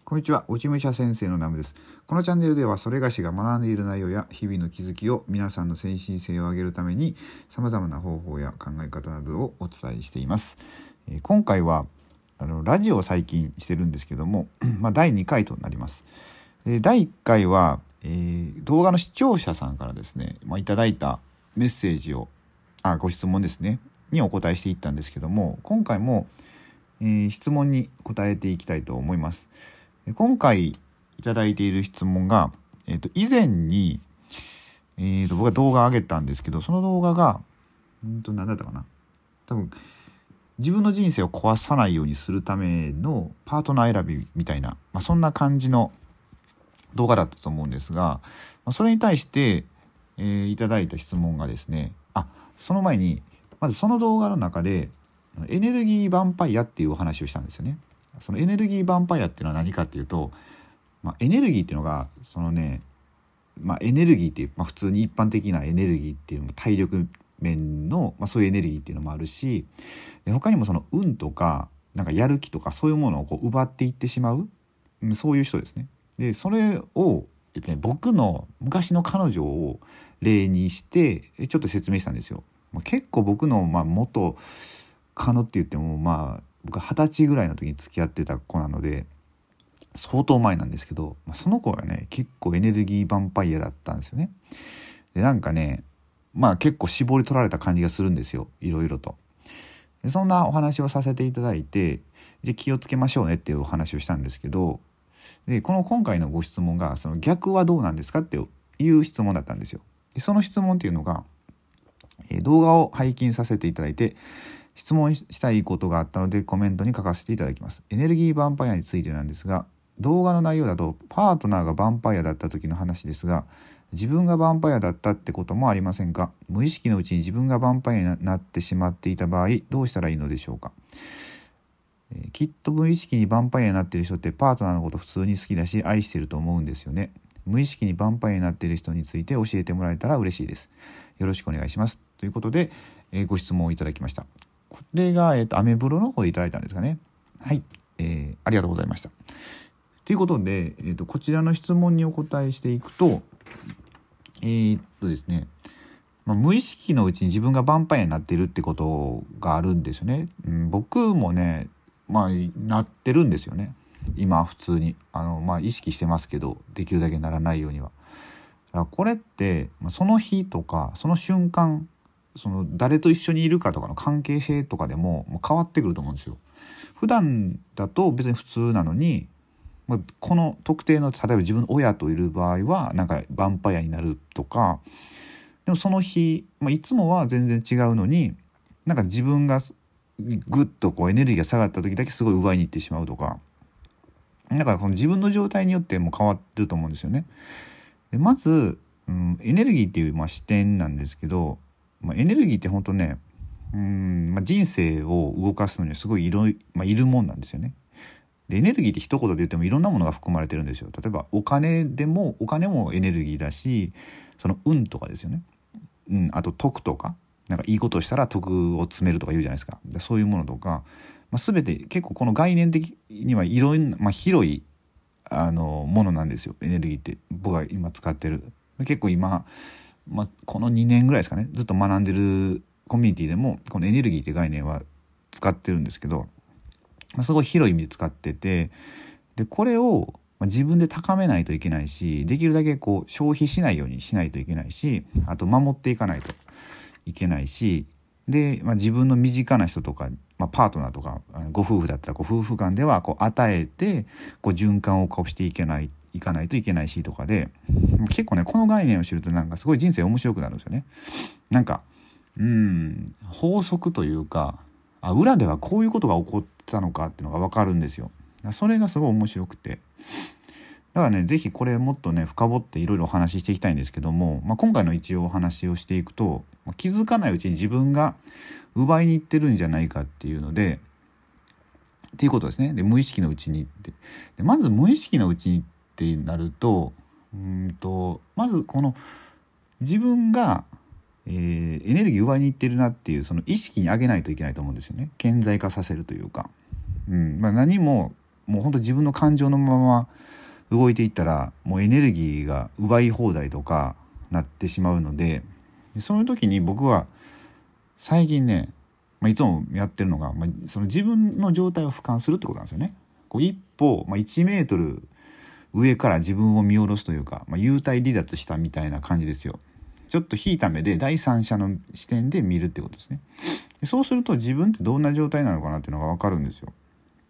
こんにちは、落ち武者先生のナムです。このチャンネルでは、それがしが学んでいる内容や日々の気づきを皆さんの精神性を上げるために、様々な方法や考え方などをお伝えしています。今回はラジオを最近してるんですけども、第2回となります。第1回は、動画の視聴者さんからですね、いただいたメッセージをご質問ですねにお答えしていったんですけども、今回も、質問に答えていきたいと思います。今回いただいている質問が、以前に、僕が動画上げたんですけど、その動画が何だったかな、多分自分の人生を壊さないようにするためのパートナー選びみたいな、そんな感じの動画だったと思うんですが、それに対して、いただいた質問がですね、その前にまずその動画の中でエネルギーヴァンパイアっていうお話をしたんですよね。そのエネルギーヴァンパイアっていうのは何かっていうと、エネルギーっていうのがエネルギーっていう、普通に一般的なエネルギーっていうのも体力面の、そういうエネルギーっていうのもあるし、で他にもその運とかやる気とかそういうものを奪っていってしまう、そういう人ですね。でそれを、僕の昔の彼女を例にしてちょっと説明したんですよ。結構僕の、元彼女って言っても僕は20歳ぐらいの時に付き合ってた子なので相当前なんですけど、その子がね結構エネルギーヴァンパイアだったんですよね。で結構絞り取られた感じがするんですよ、いろいろと。でそんなお話をさせていただいて、気をつけましょうねっていうお話をしたんですけど、で今回のご質問がその逆はどうなんですかっていう質問だったんですよ。でその質問っていうのが、動画を拝見させていただいて質問したいことがあったのでコメントに書かせていただきます。エネルギーヴァンパイアについてなんですが、動画の内容だとパートナーがヴァンパイアだった時の話ですが、自分がヴァンパイアだったってこともありませんか？無意識のうちに自分がヴァンパイアになってしまっていた場合どうしたらいいのでしょうか？きっと無意識にヴァンパイアになっている人ってパートナーのこと普通に好きだし愛していると思うんですよね。無意識にヴァンパイアになっている人について教えてもらえたら嬉しいです。よろしくお願いします。ということで、ご質問をいただきました。これが、アメブロの方でいただいたんですかね。はい、ありがとうございました。ということで、こちらの質問にお答えしていくと、ですね、無意識のうちに自分がヴァンパイアになっているってことがあるんですよね。僕もね、なってるんですよね。今普通に意識してますけど、できるだけならないようには。これってその日とかその瞬間、その誰と一緒にいるかとかの関係性とかでも変わってくると思うんですよ。普段だと別に普通なのに、この特定の例えば自分の親といる場合はヴァンパイアになるとか、でもその日、いつもは全然違うのに自分がぐっとエネルギーが下がった時だけすごい奪いに行ってしまうとか、この自分の状態によっても変わってると思うんですよね。でまず、エネルギーっていう視点なんですけど、エネルギーって本当ね、人生を動かすのにはすごいいるもんなんですよね。でエネルギーって一言で言ってもいろんなものが含まれてるんですよ。例えばお金もエネルギーだし、その運とかですよね。あと徳とか、いいことをしたら徳を積めるとか言うじゃないですか。そういうものとか、全て結構この概念的にはいろんな、広いものなんですよ、エネルギーって。僕が今使ってる結構今、この2年ぐらいですかね、ずっと学んでるコミュニティでもこのエネルギーって概念は使ってるんですけど、すごい広い意味で使ってて、でこれを自分で高めないといけないし、できるだけ消費しないようにしないといけないし、あと守っていかないといけないし、で、自分の身近な人とか、パートナーとかご夫婦だったら夫婦間では与えて循環をしていかないといけないしとかで、結構ねこの概念を知るとすごい人生面白くなるんですよね。法則というか、裏ではこういうことが起こったのかっていうのが分かるんですよ。それがすごい面白くて、だからね、ぜひこれもっとね深掘っていろいろお話ししていきたいんですけども、今回の一応お話をしていくと、気づかないうちに自分が奪いに行ってるんじゃないかっていうのでっていうことですね。で無意識のうちにってで、まず無意識のうちにってなると、まずこの自分が、エネルギー奪いに行ってるなっていうその意識に上げないといけないと思うんですよね。顕在化させるというか、何ももう本当自分の感情のまま動いていったらもうエネルギーが奪い放題とかなってしまうので、そういう時に僕は最近ね、いつもやってるのが、その自分の状態を俯瞰するってことなんですよね。こう一歩、1メートル上から自分を見下ろすというか、幽体離脱したみたいな感じですよ。ちょっと引いた目で第三者の視点で見るってことですね。でそうすると自分ってどんな状態なのかなっていうのが分かるんですよ。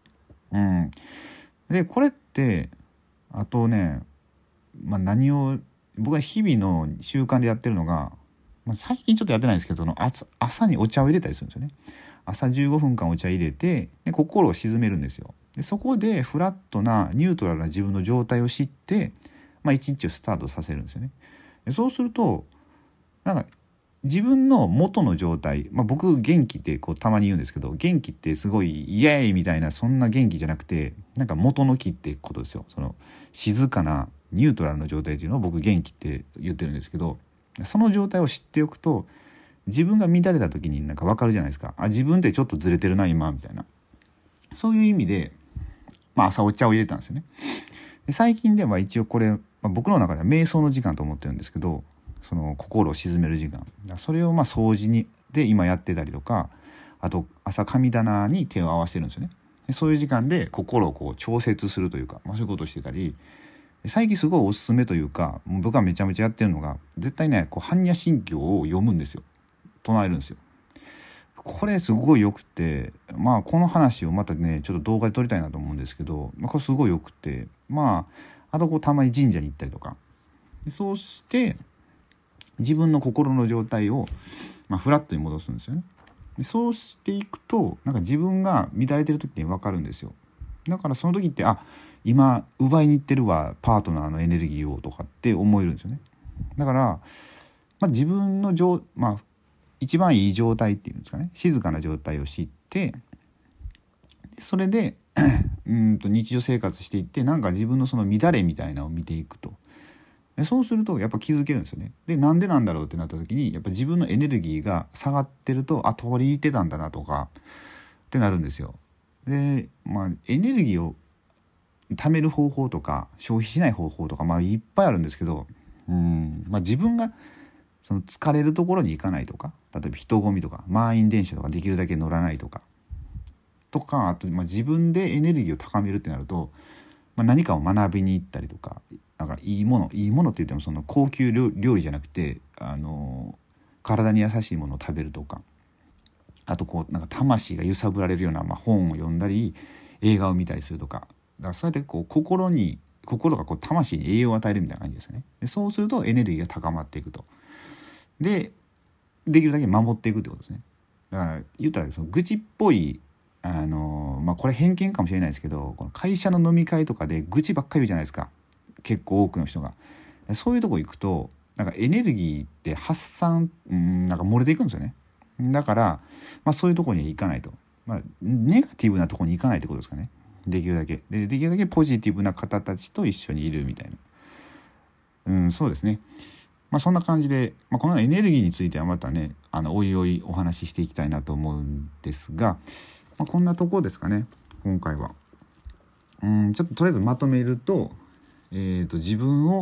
でこれってあとね、何を僕は日々の習慣でやってるのが、最近ちょっとやってないんですけど、朝にお茶を入れたりするんですよね。朝15分間お茶入れて、で心を鎮めるんですよ。でそこでフラットなニュートラルな自分の状態を知って、一日をスタートさせるんですよね。でそうするとなんか自分の元の状態、僕元気ってこうたまに言うんですけど、元気ってすごいイエーイみたいなそんな元気じゃなくて、なんか元の気ってことですよ。その静かなニュートラルの状態っていうのを僕元気って言ってるんですけど、その状態を知っておくと自分が乱れた時になんか分かるじゃないですか。自分ってちょっとずれてるな今みたいな、そういう意味で、朝お茶を入れたんですよね。で最近では一応これ、僕の中では瞑想の時間と思ってるんですけど、その心を鎮める時間、それを掃除にで今やってたりとか、あと朝神棚に手を合わせるんですよね。でそういう時間で心をこう調節するというか、そういうことをしてたり、最近すごいおすすめというか、もう僕はめちゃめちゃやってるのが、絶対ねこう般若心経を読むんですよ。唱えるんですよ。これすごいよくて、この話をまたねちょっと動画で撮りたいなと思うんですけど、これすごいよくて、あとこうたまに神社に行ったりとか、そうして自分の心の状態を、フラットに戻すんですよね。でそうしていくとなんか自分が乱れてる時に分かるんですよ。だからその時って今奪いに行ってるわパートナーのエネルギーをとかって思えるんですよね。だから、自分の一番いい状態っていうんですかね、静かな状態を知って、それで日常生活していって、なんか自分のその乱れみたいなのを見ていくと、そうするとやっぱ気づけるんですよね。でなんでなんだろうってなった時に、やっぱ自分のエネルギーが下がってると通りに行ってたんだなとかってなるんですよ。でエネルギーを貯める方法とか消費しない方法とかいっぱいあるんですけど、自分がその疲れるところに行かないとか、例えば人混みとか満員電車とかできるだけ乗らないとかあと自分でエネルギーを高めるってなると、何かを学びに行ったりとか、なんかいいものって言ってもその高級料理じゃなくて体に優しいものを食べるとか、あとこうなんか魂が揺さぶられるような、本を読んだり映画を見たりするとか、だからそうやってこう心がこう魂に栄養を与えるみたいな感じですよね。でそうするとエネルギーが高まっていくと。できるだけ守っていくってことですね。だから言ったらその愚痴っぽいこれ偏見かもしれないですけど、この会社の飲み会とかで愚痴ばっかり言うじゃないですか、結構多くの人が。そういうとこ行くとなんかエネルギーって発散なんか漏れていくんですよね。だから、そういうとこには行かないと、ネガティブなとこに行かないってことですかね。できるだけポジティブな方たちと一緒にいるみたいな、そうですね。そんな感じで、このエネルギーについてはまたねおいおいお話ししていきたいなと思うんですが、こんなところですかね今回は。ちょっととりあえずまとめると、自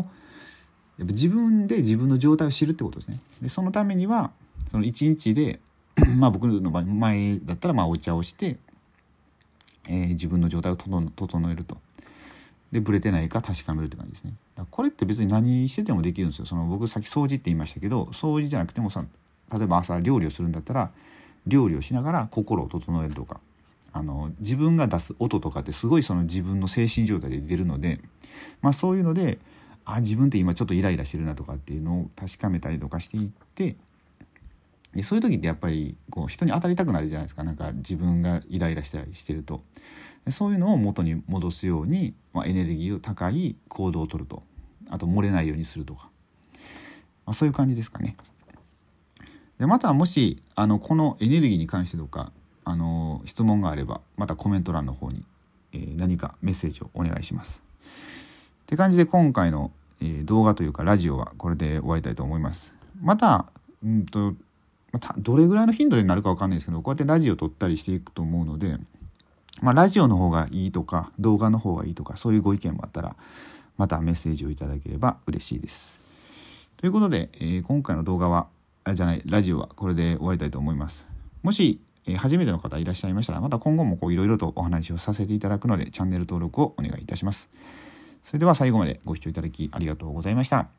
分で自分の状態を知るってことですね。でそのためにはその一日で僕の場合前だったらお茶をして、自分の状態を整えると。でブレてないか確かめるって感じですね。だからこれって別に何しててもできるんですよ。その僕さっき掃除って言いましたけど、掃除じゃなくても例えば朝料理をするんだったら料理をしながら心を整えるとか、自分が出す音とかってすごいその自分の精神状態で出るので、そういうので自分って今ちょっとイライラしてるなとかっていうのを確かめたりとかしていって、でそういう時ってやっぱりこう人に当たりたくなるじゃないですか。なんか自分がイライラしたりしてると、そういうのを元に戻すように、エネルギーを高い行動を取ると、あと漏れないようにするとか、そういう感じですかね。でまたもしこのエネルギーに関してとか質問があればまたコメント欄の方に、何かメッセージをお願いします。って感じで今回の、動画というかラジオはこれで終わりたいと思います。またどれぐらいの頻度になるか分かんないですけど、こうやってラジオ撮ったりしていくと思うので、 ラジオの方がいいとか動画の方がいいとかそういうご意見もあったらまたメッセージをいただければ嬉しいです。ということで、今回の動画はラジオはこれで終わりたいと思います。もし、初めての方いらっしゃいましたらまた今後もいろいろとお話をさせていただくのでチャンネル登録をお願いいたします。それでは最後までご視聴いただきありがとうございました。